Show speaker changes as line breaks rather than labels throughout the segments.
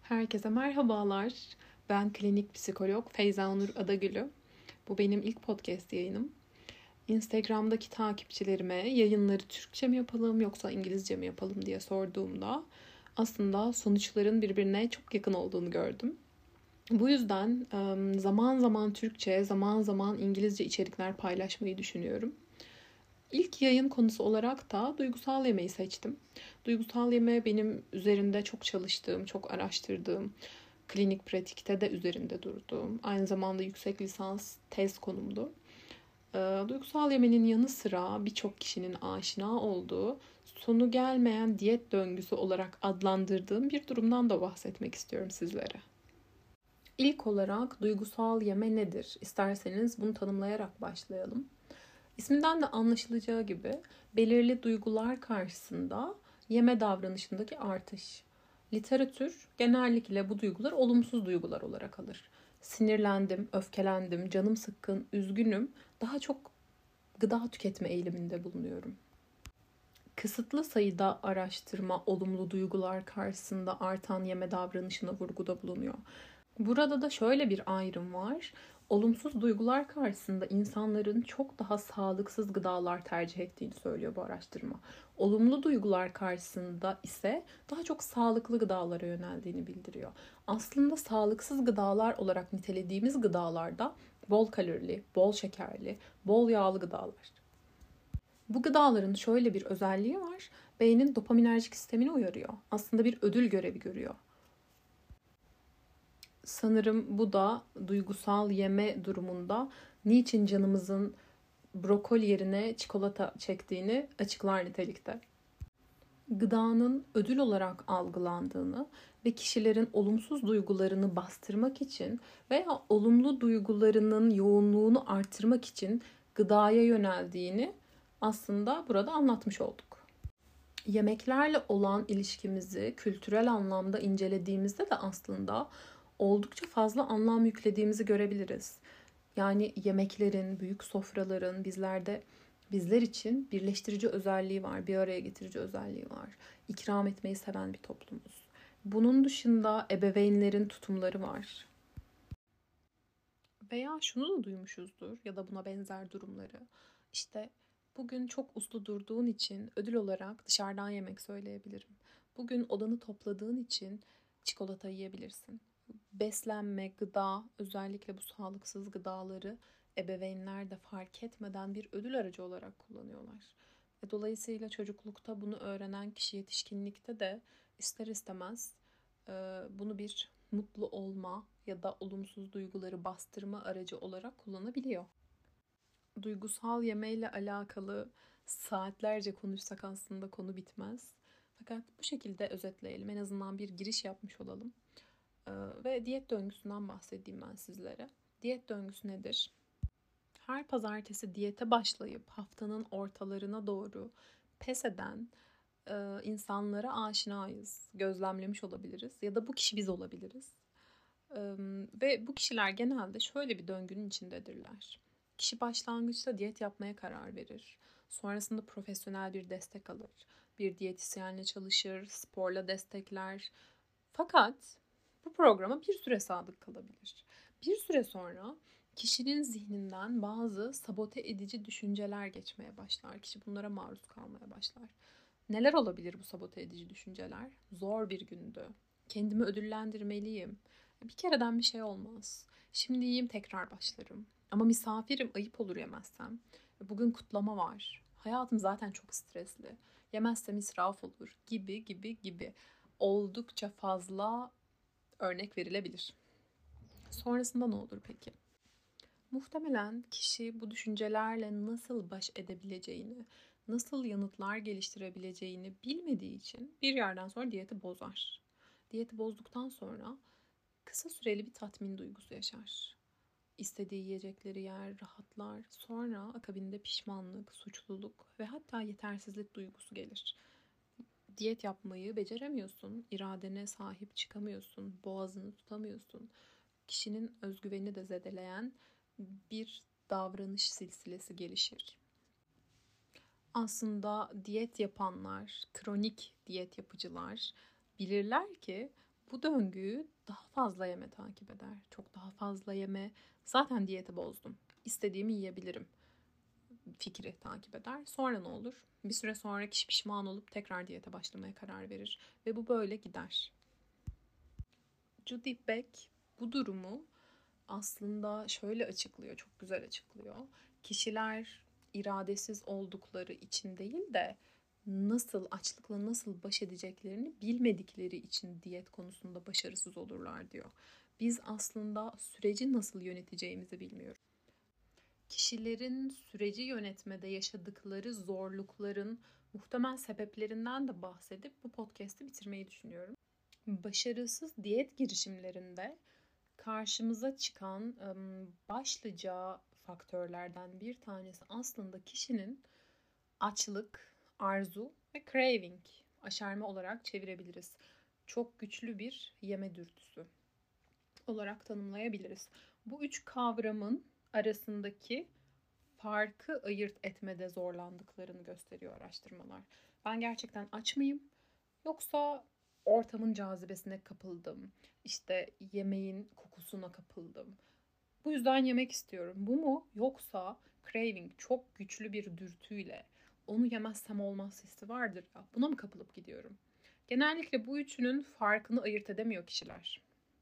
Herkese merhabalar. Ben klinik psikolog Feyza Nur Adagülü. Bu benim ilk podcast yayınım. Instagram'daki takipçilerime yayınları Türkçe mi yapalım yoksa İngilizce mi yapalım diye sorduğumda aslında sonuçların birbirine çok yakın olduğunu gördüm. Bu yüzden zaman zaman Türkçe, zaman zaman İngilizce içerikler paylaşmayı düşünüyorum. İlk yayın konusu olarak da duygusal yemeği seçtim. Duygusal yeme benim üzerinde çok çalıştığım, çok araştırdığım, klinik pratikte de üzerinde durduğum, aynı zamanda yüksek lisans tez konumdu. Duygusal yemenin yanı sıra birçok kişinin aşina olduğu, sonu gelmeyen diyet döngüsü olarak adlandırdığım bir durumdan da bahsetmek istiyorum sizlere. İlk olarak duygusal yeme nedir? İsterseniz bunu tanımlayarak başlayalım. İsminden de anlaşılacağı gibi belirli duygular karşısında yeme davranışındaki artış. Literatür genellikle bu duygular olumsuz duygular olarak alır. Sinirlendim, öfkelendim, canım sıkkın, üzgünüm. Daha çok gıda tüketme eğiliminde bulunuyorum. Kısıtlı sayıda araştırma olumlu duygular karşısında artan yeme davranışına vurguda bulunuyor. Burada da şöyle bir ayrım var. Olumsuz duygular karşısında insanların çok daha sağlıksız gıdalar tercih ettiğini söylüyor bu araştırma. Olumlu duygular karşısında ise daha çok sağlıklı gıdalara yöneldiğini bildiriyor. Aslında sağlıksız gıdalar olarak nitelediğimiz gıdalarda bol kalorili, bol şekerli, bol yağlı gıdalar. Bu gıdaların şöyle bir özelliği var. Beynin dopaminerjik sistemini uyarıyor. Aslında bir ödül görevi görüyor. Sanırım bu da duygusal yeme durumunda niçin canımızın brokoli yerine çikolata çektiğini açıklar nitelikte. Gıdanın ödül olarak algılandığını ve kişilerin olumsuz duygularını bastırmak için veya olumlu duygularının yoğunluğunu artırmak için gıdaya yöneldiğini aslında burada anlatmış olduk. Yemeklerle olan ilişkimizi kültürel anlamda incelediğimizde de aslında oldukça fazla anlam yüklediğimizi görebiliriz. Yani yemeklerin, büyük sofraların bizler için birleştirici özelliği var, bir araya getirici özelliği var. İkram etmeyi seven bir toplumuz. Bunun dışında ebeveynlerin tutumları var. Veya şunu da duymuşuzdur ya da buna benzer durumları. İşte bugün çok uslu durduğun için ödül olarak dışarıdan yemek söyleyebilirim. Bugün odanı topladığın için çikolata yiyebilirsin. Beslenme, gıda, özellikle bu sağlıksız gıdaları ebeveynler de fark etmeden bir ödül aracı olarak kullanıyorlar. Dolayısıyla çocuklukta bunu öğrenen kişi yetişkinlikte de ister istemez bunu bir mutlu olma ya da olumsuz duyguları bastırma aracı olarak kullanabiliyor. Duygusal yemeyle alakalı saatlerce konuşsak aslında konu bitmez. Fakat bu şekilde özetleyelim. En azından bir giriş yapmış olalım. Ve diyet döngüsünden bahsedeyim ben sizlere. Diyet döngüsü nedir? Her pazartesi diyete başlayıp haftanın ortalarına doğru pes eden insanlara aşinayız. Gözlemlemiş olabiliriz ya da bu kişi biz olabiliriz. Ve bu kişiler genelde şöyle bir döngünün içindedirler. Kişi başlangıçta diyet yapmaya karar verir. Sonrasında profesyonel bir destek alır. Bir diyetisyenle çalışır, sporla destekler. Fakat bu programa bir süre sadık kalabilir. Bir süre sonra kişinin zihninden bazı sabote edici düşünceler geçmeye başlar. Kişi bunlara maruz kalmaya başlar. Neler olabilir bu sabote edici düşünceler? Zor bir gündü. Kendimi ödüllendirmeliyim. Bir kereden bir şey olmaz. Şimdi yiyeyim tekrar başlarım. Ama misafirim ayıp olur yemezsem. Bugün kutlama var. Hayatım zaten çok stresli. Yemezsem israf olur gibi gibi gibi. Oldukça fazla örnek verilebilir. Sonrasında ne olur peki? Muhtemelen kişi bu düşüncelerle nasıl baş edebileceğini, nasıl yanıtlar geliştirebileceğini bilmediği için bir yerden sonra diyeti bozar. Diyeti bozduktan sonra kısa süreli bir tatmin duygusu yaşar. İstediği yiyecekleri yer, rahatlar. Sonra akabinde pişmanlık, suçluluk ve hatta yetersizlik duygusu gelir. Diyet yapmayı beceremiyorsun, iradene sahip çıkamıyorsun, boğazını tutamıyorsun. Kişinin özgüvenini de zedeleyen bir davranış silsilesi gelişir. Aslında diyet yapanlar, kronik diyet yapıcılar bilirler ki Bu döngüyü daha fazla yeme takip eder. Çok daha fazla yeme. Zaten diyeti bozdum. İstediğimi yiyebilirim fikri takip eder. Sonra ne olur? Bir süre sonra kişi pişman olup tekrar diyete başlamaya karar verir. Ve bu böyle gider. Judy Beck bu durumu aslında şöyle açıklıyor, çok güzel açıklıyor. Kişiler iradesiz oldukları için değil de açlıkla nasıl baş edeceklerini bilmedikleri için diyet konusunda başarısız olurlar diyor. Biz aslında süreci nasıl yöneteceğimizi bilmiyoruz. Kişilerin süreci yönetmede yaşadıkları zorlukların muhtemel sebeplerinden de bahsedip bu podcast'i bitirmeyi düşünüyorum. Başarısız diyet girişimlerinde karşımıza çıkan başlıca faktörlerden bir tanesi aslında kişinin açlık, arzu ve craving, aşerme olarak çevirebiliriz. Çok güçlü bir yeme dürtüsü olarak tanımlayabiliriz. Bu üç kavramın arasındaki farkı ayırt etmede zorlandıklarını gösteriyor araştırmalar. Ben gerçekten aç mıyım? Yoksa ortamın cazibesine kapıldım. İşte yemeğin kokusuna kapıldım. Bu yüzden yemek istiyorum. Bu mu? Yoksa craving, çok güçlü bir dürtüyle onu yemezsem olmaz hissi vardır ya. Buna mı kapılıp gidiyorum? Genellikle bu üçünün farkını ayırt edemiyor kişiler.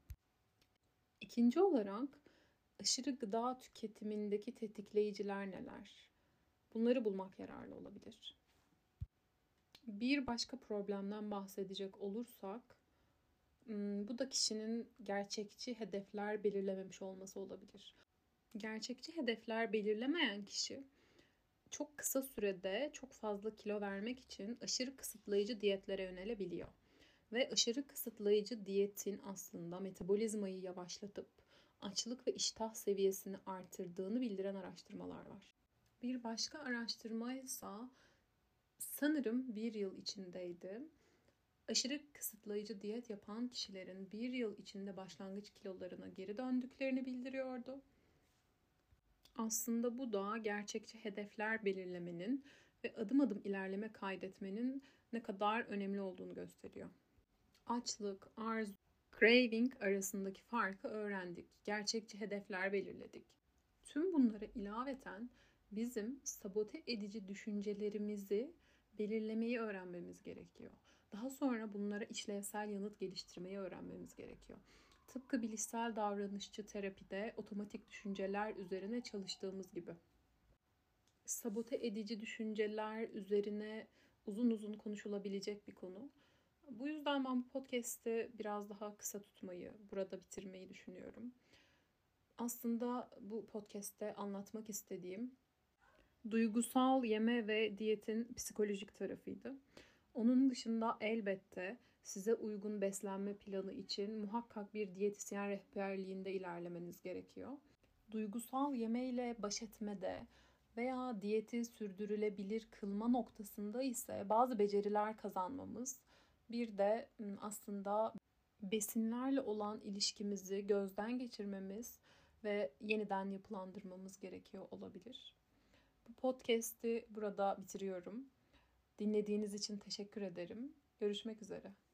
İkinci olarak aşırı gıda tüketimindeki tetikleyiciler neler? Bunları bulmak yararlı olabilir. Bir başka problemden bahsedecek olursak, bu da kişinin gerçekçi hedefler belirlememiş olması olabilir. Gerçekçi hedefler belirlemeyen kişi çok kısa sürede çok fazla kilo vermek için aşırı kısıtlayıcı diyetlere yönelebiliyor. Ve aşırı kısıtlayıcı diyetin aslında metabolizmayı yavaşlatıp açlık ve iştah seviyesini artırdığını bildiren araştırmalar var. Bir başka araştırma ise sanırım bir yıl içindeydi. Aşırı kısıtlayıcı diyet yapan kişilerin bir yıl içinde başlangıç kilolarına geri döndüklerini bildiriyordu. Aslında bu da gerçekçi hedefler belirlemenin ve adım adım ilerleme kaydetmenin ne kadar önemli olduğunu gösteriyor. Açlık, arzu, craving arasındaki farkı öğrendik. Gerçekçi hedefler belirledik. Tüm bunlara ilaveten bizim sabote edici düşüncelerimizi belirlemeyi öğrenmemiz gerekiyor. Daha sonra bunlara işlevsel yanıt geliştirmeyi öğrenmemiz gerekiyor. Tıpkı bilişsel davranışçı terapide otomatik düşünceler üzerine çalıştığımız gibi. Sabote edici düşünceler üzerine uzun uzun konuşulabilecek bir konu. Bu yüzden ben bu podcast'i biraz daha kısa tutmayı, burada bitirmeyi düşünüyorum. Aslında bu podcast'te anlatmak istediğim duygusal yeme ve diyetin psikolojik tarafıydı. Onun dışında elbette size uygun beslenme planı için muhakkak bir diyetisyen rehberliğinde ilerlemeniz gerekiyor. Duygusal yemeyle baş etmede veya diyeti sürdürülebilir kılma noktasında ise bazı beceriler kazanmamız, bir de aslında besinlerle olan ilişkimizi gözden geçirmemiz ve yeniden yapılandırmamız gerekiyor olabilir. Bu podcast'i burada bitiriyorum. Dinlediğiniz için teşekkür ederim. Görüşmek üzere.